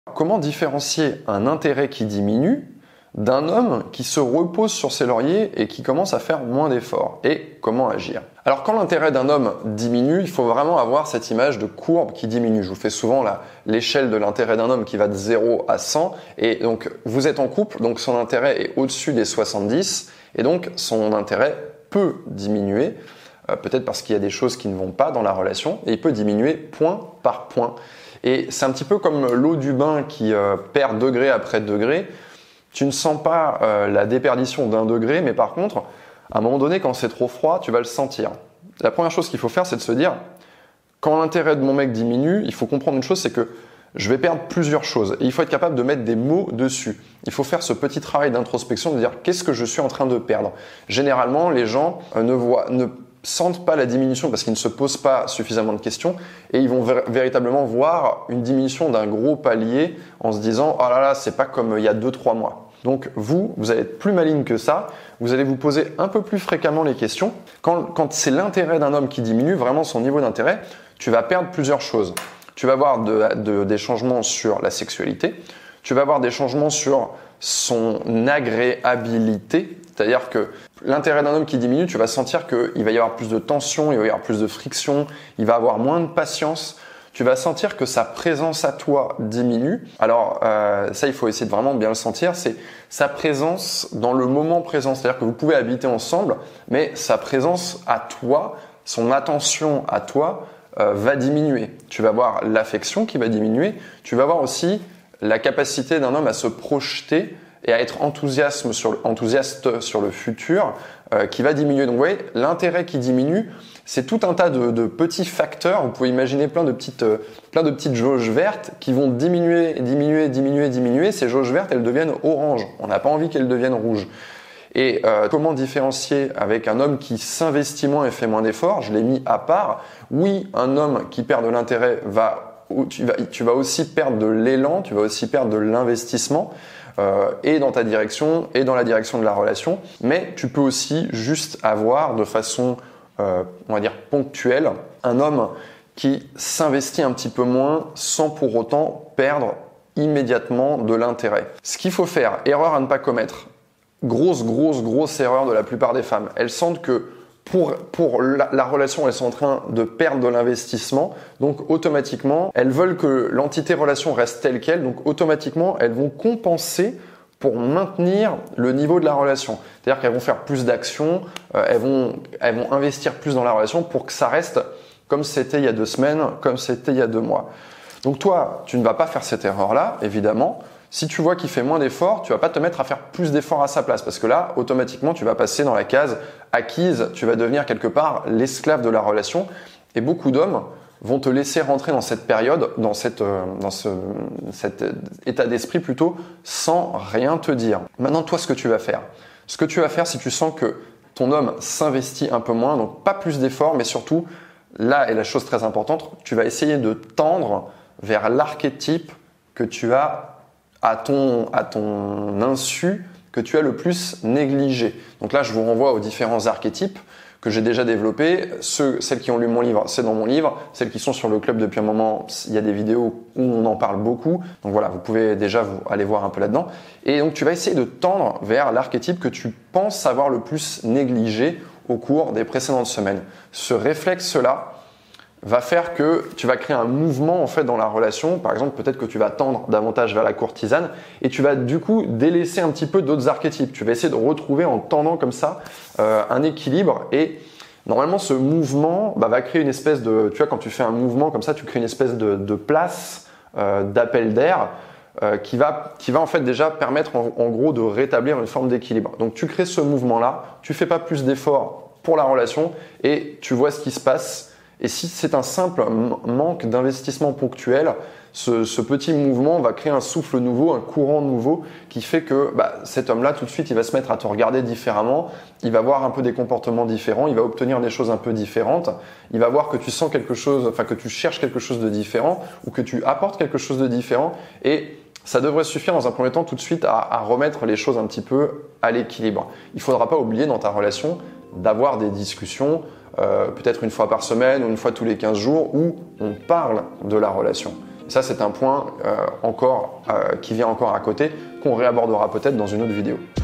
Comment différencier un intérêt qui diminue d'un homme qui se repose sur ses lauriers et qui commence à faire moins d'efforts? Et comment agir? Alors quand l'intérêt d'un homme diminue, il faut vraiment avoir cette image de courbe qui diminue. Je vous fais souvent l'échelle de l'intérêt d'un homme qui va de 0 à 100. Et donc vous êtes en couple, donc son intérêt est au-dessus des 70. Et donc son intérêt peut diminuer, peut-être parce qu'il y a des choses qui ne vont pas dans la relation. Et il peut diminuer point par point. Et c'est un petit peu comme l'eau du bain qui perd degré après degré. Tu ne sens pas la déperdition d'un degré, mais par contre, à un moment donné, quand c'est trop froid, tu vas le sentir. La première chose qu'il faut faire, c'est de se dire, quand l'intérêt de mon mec diminue, il faut comprendre une chose, c'est que je vais perdre plusieurs choses. Et il faut être capable de mettre des mots dessus. Il faut faire ce petit travail d'introspection, de dire, qu'est-ce que je suis en train de perdre? Généralement, les gens ne sentent pas la diminution parce qu'ils ne se posent pas suffisamment de questions et ils vont véritablement voir une diminution d'un gros palier en se disant « Oh là là, c'est pas comme il y a 2-3 mois ». Donc vous allez être plus maligne que ça, vous allez vous poser un peu plus fréquemment les questions. Quand c'est l'intérêt d'un homme qui diminue, vraiment son niveau d'intérêt, tu vas perdre plusieurs choses. Tu vas avoir des changements sur la sexualité, tu vas avoir des changements sur son agréabilité, c'est-à-dire que l'intérêt d'un homme qui diminue, tu vas sentir qu'il va y avoir plus de tension, il va y avoir plus de friction, il va avoir moins de patience. Tu vas sentir que sa présence à toi diminue. Alors ça, il faut essayer de vraiment bien le sentir. C'est sa présence dans le moment présent. C'est-à-dire que vous pouvez habiter ensemble, mais sa présence à toi, son attention à toi va diminuer. Tu vas voir l'affection qui va diminuer. Tu vas voir aussi la capacité d'un homme à se projeter et à être enthousiaste sur le futur qui va diminuer. Donc vous voyez, l'intérêt qui diminue, c'est tout un tas de petits facteurs. Vous pouvez imaginer plein de petites jauges vertes qui vont diminuer. Ces jauges vertes, elles deviennent orange. On n'a pas envie qu'elles deviennent rouges. Et comment différencier avec un homme qui s'investit moins et fait moins d'efforts? Je l'ai mis à part. Oui, un homme qui perd de l'intérêt tu vas aussi perdre de l'élan, tu vas aussi perdre de l'investissement. Et dans ta direction et dans la direction de la relation, mais tu peux aussi juste avoir de façon, on va dire ponctuelle, un homme qui s'investit un petit peu moins sans pour autant perdre immédiatement de l'intérêt. Ce qu'il faut faire, erreur à ne pas commettre, grosse erreur de la plupart des femmes, elles sentent que pour la relation, elles sont en train de perdre de l'investissement. Donc, automatiquement, elles veulent que l'entité relation reste telle qu'elle. Donc, automatiquement, elles vont compenser pour maintenir le niveau de la relation. C'est-à-dire qu'elles vont faire plus d'actions, elles vont investir plus dans la relation pour que ça reste comme c'était il y a 2 semaines, comme c'était il y a 2 mois. Donc, toi, tu ne vas pas faire cette erreur-là, évidemment. Si tu vois qu'il fait moins d'efforts, tu vas pas te mettre à faire plus d'efforts à sa place parce que là, automatiquement, tu vas passer dans la case acquise, tu vas devenir quelque part l'esclave de la relation et beaucoup d'hommes vont te laisser rentrer dans cette période, dans cet état d'esprit plutôt, sans rien te dire. Maintenant, toi, ce que tu vas faire, si tu sens que ton homme s'investit un peu moins, donc pas plus d'efforts, mais surtout, là est la chose très importante, tu vas essayer de tendre vers l'archétype que tu as à ton insu, que tu as le plus négligé. Donc là, je vous renvoie aux différents archétypes que j'ai déjà développés. Celles qui ont lu mon livre, c'est dans mon livre. Celles qui sont sur le club depuis un moment, il y a des vidéos où on en parle beaucoup. Donc voilà, vous pouvez déjà aller voir un peu là-dedans. Et donc, tu vas essayer de tendre vers l'archétype que tu penses avoir le plus négligé au cours des précédentes semaines. Ce réflexe-là va faire que tu vas créer un mouvement en fait dans la relation. Par exemple, peut-être que tu vas tendre davantage vers la courtisane et tu vas du coup délaisser un petit peu d'autres archétypes. Tu vas essayer de retrouver en tendant comme ça un équilibre et normalement ce mouvement va créer une espèce de… Tu vois, quand tu fais un mouvement comme ça, tu crées une espèce de place, d'appel d'air qui va en fait déjà permettre en gros de rétablir une forme d'équilibre. Donc tu crées ce mouvement-là, tu fais pas plus d'efforts pour la relation et tu vois ce qui se passe. Et si c'est un simple manque d'investissement ponctuel, ce petit mouvement va créer un souffle nouveau, un courant nouveau qui fait que cet homme-là, tout de suite, il va se mettre à te regarder différemment, il va voir un peu des comportements différents, il va obtenir des choses un peu différentes, il va voir que tu sens quelque chose, enfin que tu cherches quelque chose de différent ou que tu apportes quelque chose de différent et ça devrait suffire dans un premier temps tout de suite à remettre les choses un petit peu à l'équilibre. Il ne faudra pas oublier dans ta relation d'avoir des discussions peut-être une fois par semaine ou une fois tous les 15 jours où on parle de la relation. Ça, c'est un point qui vient encore à côté, qu'on réabordera peut-être dans une autre vidéo.